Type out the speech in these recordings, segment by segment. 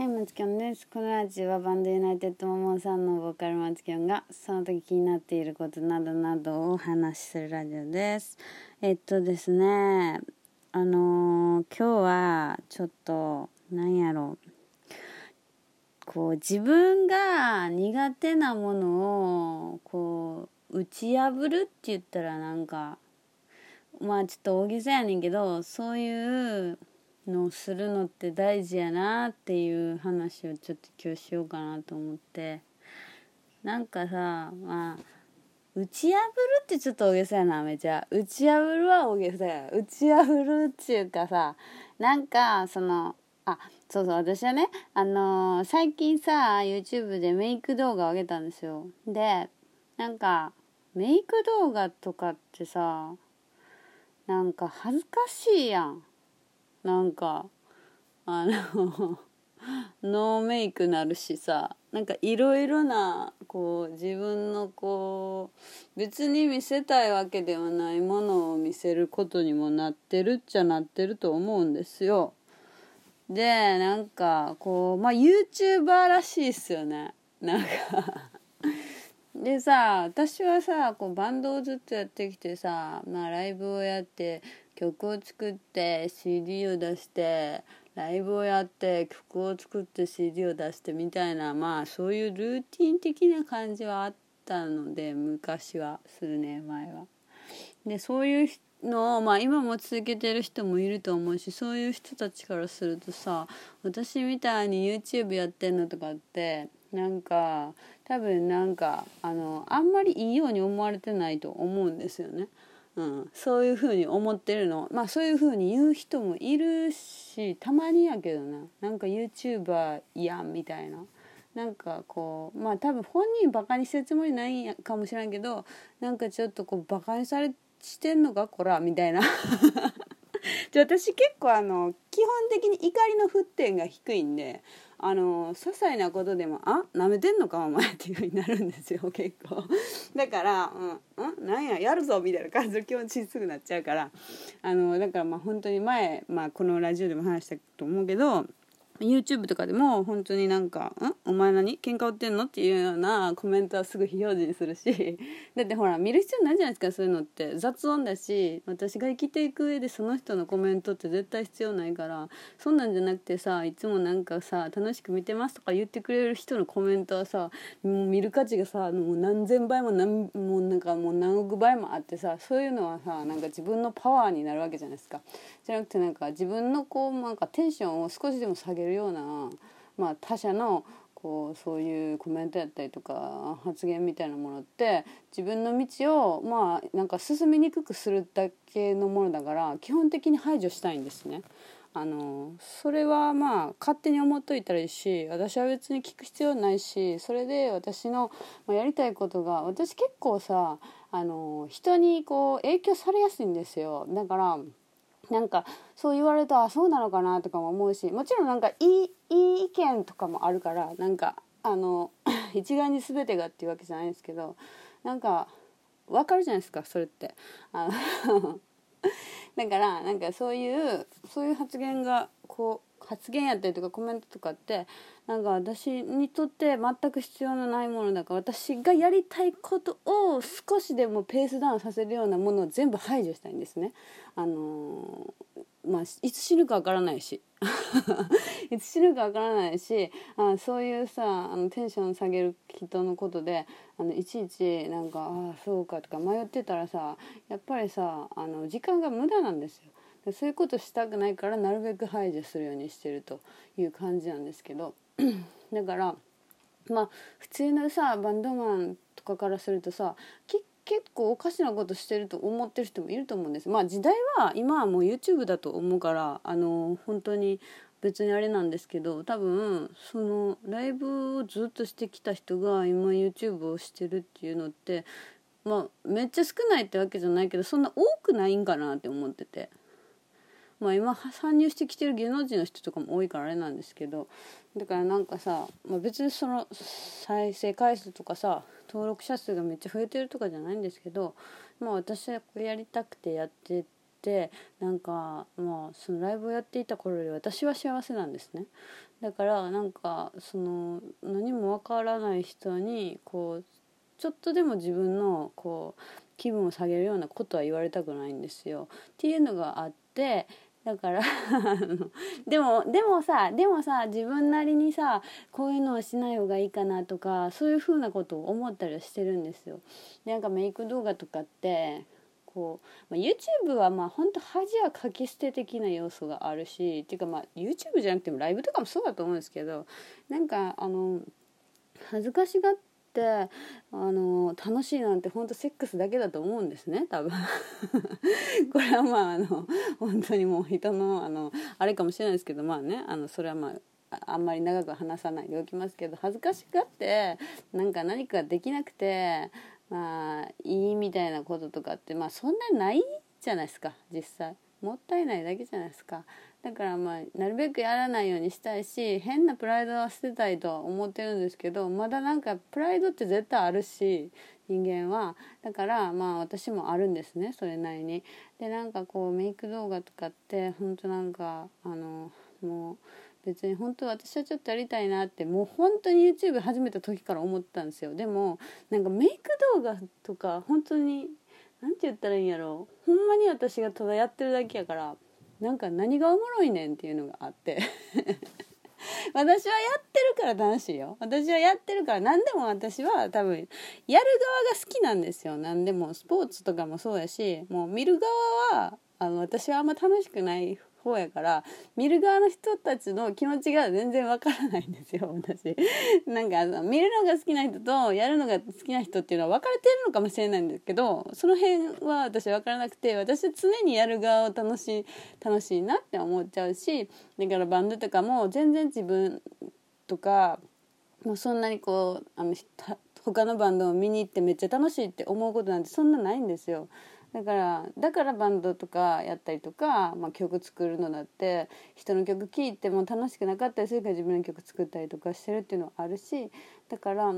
はい、まつきょんです。このラジオはバンドユナイテッドモモンさんのボーカルまつきょんがその時気になっていることなどなどをお話しするラジオです。ですね、今日はちょっと自分が苦手なものを打ち破るって言ったらちょっと大げさやねんけど、そういうのをするのって大事やなっていう話をちょっと今日しようかなと思って、打ち破るってちょっと大げさやな。めちゃ打ち破るは大げさや。打ち破るっていうかさ、そう私はね、最近さ YouTube でメイク動画を上げたんですよ。でメイク動画とかってさ、恥ずかしいやん。ノーメイクなるしさ、いろいろな自分の別に見せたいわけではないものを見せることにもなってるっちゃなってると思うんですよ。でYouTuber らしいっすよね。でさ、私はさバンドをずっとやってきてさ、ライブをやって曲を作って CD を出して、ライブをやって曲を作って CD を出してみたいな、そういうルーティン的な感じはあったので、昔は数年前は。でそういうのを、今も続けてる人もいると思うし、そういう人たちからするとさ、私みたいに YouTube やってんのとかって多分あんまりいいように思われてないと思うんですよね。そういう風に思ってるの、そういう風に言う人もいるし、たまにやけどな、YouTuber やんみたいな、多分本人バカにしてるつもりないんかもしれんけど、ちょっとバカにしてんのかこらみたいな私結構基本的に怒りの沸点が低いんで、些細なことでもなめてんのかお前っていう風になるんですよ、結構。だからなんややるぞみたいな感じの気持ちにすぐなっちゃうから、だから本当に前、このラジオでも話したと思うけど、YouTube とかでも本当にお前何喧嘩売ってんのっていうようなコメントはすぐ非表示にするし、だってほら見る必要ないじゃないですか。そういうのって雑音だし、私が生きていく上でその人のコメントって絶対必要ないから、そんなんじゃなくてさ、いつも楽しく見てますとか言ってくれる人のコメントはさ、もう見る価値がさ、もう何千倍ももう何億倍もあってさ、そういうのはさ自分のパワーになるわけじゃないですか。じゃなくて自分のテンションを少しでも下げるような、他者のそういうコメントやったりとか発言みたいなものって、自分の道を進みにくくするだけのものだから、基本的に排除したいんですね。それは勝手に思っといたらいいし、私は別に聞く必要ないし、それで私のやりたいことが、私結構さ人に影響されやすいんですよ。だからそう言われるとそうなのかなとかも思うし、もちろんいい意見とかもあるから、一概に全てがっていうわけじゃないんですけど、わかるじゃないですか、それってだからそういう発言やったりとかコメントとかって、私にとって全く必要のないものだから、私がやりたいことを少しでもペースダウンさせるようなものを全部排除したいんですね。いつ死ぬかわからないしいつ死ぬかわからないし、そういうさテンション下げる人のことでいちいちそうかとか迷ってたらさ、やっぱりさ時間が無駄なんですよ。そういうことしたくないから、なるべく排除するようにしてるという感じなんですけどだから普通のさバンドマンとかからするとさ、結構おかしなことしてると思ってる人もいると思うんです。時代は今はもう YouTube だと思うから、本当に別にあれなんですけど、多分そのライブをずっとしてきた人が今 YouTube をしてるっていうのって、めっちゃ少ないってわけじゃないけど、そんな多くないんかなって思ってて、今参入してきてる芸能人の人とかも多いからあれなんですけど、だからさ、別にその再生回数とかさ登録者数がめっちゃ増えてるとかじゃないんですけど、私はこれやりたくてやって 、なんかそのライブをやっていた頃より私は幸せなんですね。だからなんかその何もわからない人にこうちょっとでも自分のこう気分を下げるようなことは言われたくないんですよっていうのがあって、だからでもさ自分なりにさこういうのはしない方がいいかなとかそういう風なことを思ったりはしてるんですよ。でなんかメイク動画とかってこう、YouTube は本当恥はかき捨て的な要素があるしっていうかYouTube じゃなくてもライブとかもそうだと思うんですけど、なんか恥ずかしがって楽しいなんて本当セックスだけだと思うんですね多分これは本当にもう人のあれかもしれないですけどそれはあんまり長く話さないでおきますけど、恥ずかしがって何かできなくていいみたいなこととかってそんなにないじゃないですか。実際もったいないだけじゃないですか。だからなるべくやらないようにしたいし、変なプライドは捨てたいとは思ってるんですけど、まだプライドって絶対あるし人間は。だから私もあるんですねそれなりに。でこうメイク動画とかって本当もう別に本当私はちょっとやりたいなってもう本当に YouTube 始めた時から思ってたんですよ。でもメイク動画とか本当になんて言ったらいいんやろう、ほんまに私がただやってるだけやから何がおもろいねんっていうのがあって私はやってるから楽しいよ。私はやってるから何でも私は多分やる側が好きなんですよ。何でもスポーツとかもそうやし、もう見る側は私はあんま楽しくない方やから、見る側の人たちの気持ちが全然わからないんですよ私見るのが好きな人とやるのが好きな人っていうのは分かれてるのかもしれないんですけど、その辺は私は分からなくて、私は常にやる側を楽しいなって思っちゃうし、だからバンドとかも全然自分とかもうそんなにこう他のバンドを見に行ってめっちゃ楽しいって思うことなんてそんなないんですよ。だからバンドとかやったりとか、曲作るのだって人の曲聴いても楽しくなかったりするから自分の曲作ったりとかしてるっていうのはあるし、だから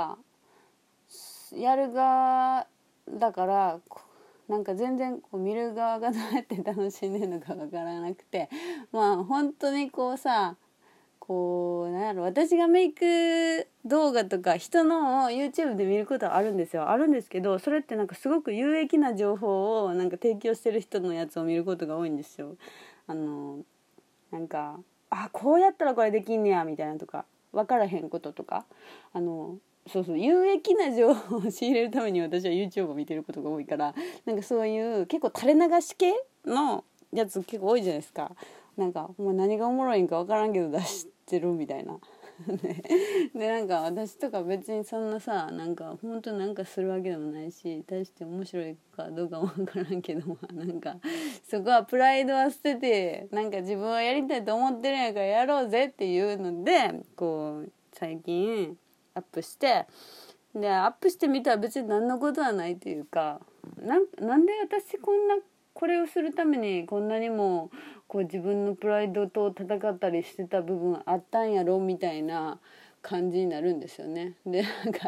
やる側だから全然こう見る側がどうやって楽しんでるのかわからなくて、本当にこうさ私がメイク動画とか人のを YouTube で見ることはあるんですけど、それってすごく有益な情報を提供してる人のやつを見ることが多いんですよ。こうやったらこれできんねやみたいなとか分からへんこととかそう有益な情報を仕入れるために私は YouTube を見てることが多いから、そういう結構垂れ流し系のやつ結構多いじゃないですか。もう何がおもろいんか分からんけど出してるみたいなで私とか別にそんなさ本当するわけでもないし、大して面白いかどうかも分からんけどそこはプライドは捨てて自分はやりたいと思ってるんやからやろうぜっていうのでこう最近アップしてみたら別に何のことはないというか、なんで私これをするためにこんなにもこう自分のプライドと戦ったりしてた部分あったんやろみたいな感じになるんですよね。で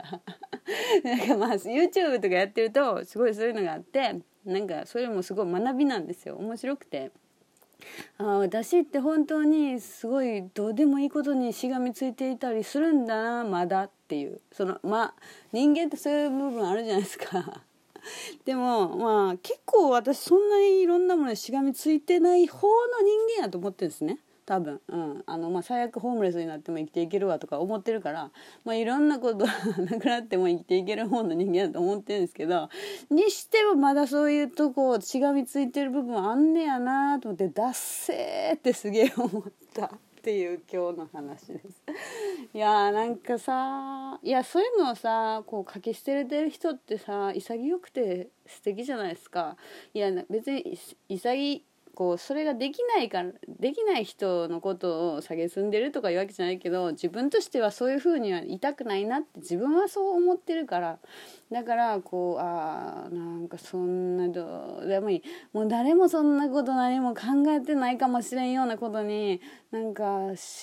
YouTube とかやってるとすごいそういうのがあって、それもすごい学びなんですよ。面白くて、私って本当にすごいどうでもいいことにしがみついていたりするんだなまだっていう、人間ってそういう部分あるじゃないですかでも結構私そんなにいろんなものにしがみついてない方の人間やと思ってるんですね多分。最悪ホームレスになっても生きていけるわとか思ってるから、いろんなことなくなっても生きていける方の人間だと思ってるんですけど、にしてもまだそういうとこしがみついてる部分あんねやなと思って、ダッセーってすげえ思ったっていう今日の話ですいやそういうのをさこう書き捨ててる人ってさ潔くて素敵じゃないですか。別にそれができない人のことを蔑んでるとかいうわけじゃないけど、自分としてはそういう風にはいたくないなって自分はそう思ってるから、だからそんなどうでもいい、もう誰もそんなこと何も考えてないかもしれんようなことに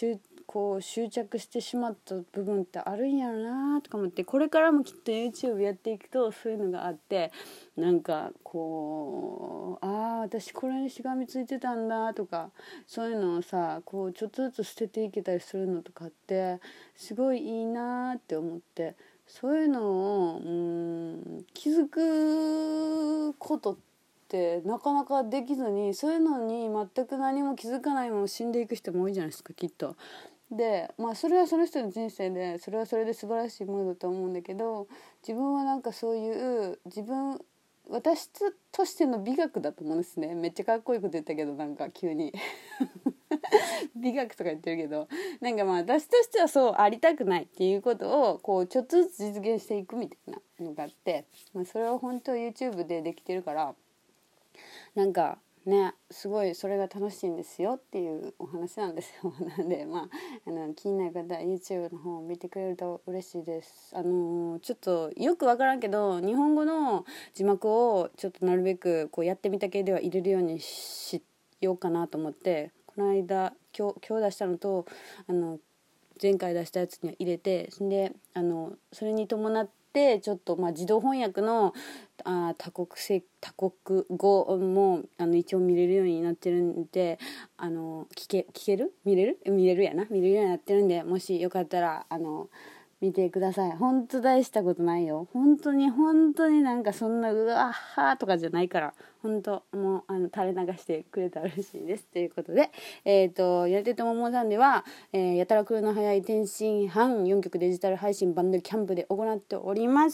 こう執着してしまった部分ってあるんやろなとか思って、これからもきっと YouTube やっていくとそういうのがあって、なんかこう私これにしがみついてたんだとか、そういうのをさこうちょっとずつ捨てていけたりするのとかってすごいいいなって思って、そういうのを気づくことってなかなかできずに、そういうのに全く何も気づかないまま死んでいく人も多いじゃないですか、きっと。でそれはその人の人生で、それはそれで素晴らしいものだと思うんだけど、自分はなんかそういう私としての美学だと思うんですね。めっちゃかっこいいこと言ったけど、なんか急に美学とか言ってるけど、なんか私としてはそうありたくないっていうことをこうちょっとずつ実現していくみたいなのがあって、それは本当 YouTube でできてるから、なんかね、すごいそれが楽しいんですよっていうお話なんですよ。なんで気になる方は YouTube の方を見てくれると嬉しいです。ちょっとよくわからんけど日本語の字幕をちょっとなるべくこうやってみた系では入れるようにしようかなと思って、この間今日出したのと前回出したやつには入れて、でそれに伴ってちょっと自動翻訳の多国語も一応見れるようになってるんで、聞ける見れるようになってるんで、もしよかったら見てください。本当大したことないよ。本当になんかそんなうわはーとかじゃないから、本当もう垂れ流してくれたら嬉しいです。ということで、やってとももさんでは、やたら来るの早い天津飯4曲デジタル配信バンドキャンプで行っております。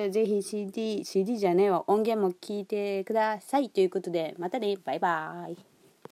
ぜひ CD じゃねえわ、音源も聞いてください。ということでまたね、バイバーイ。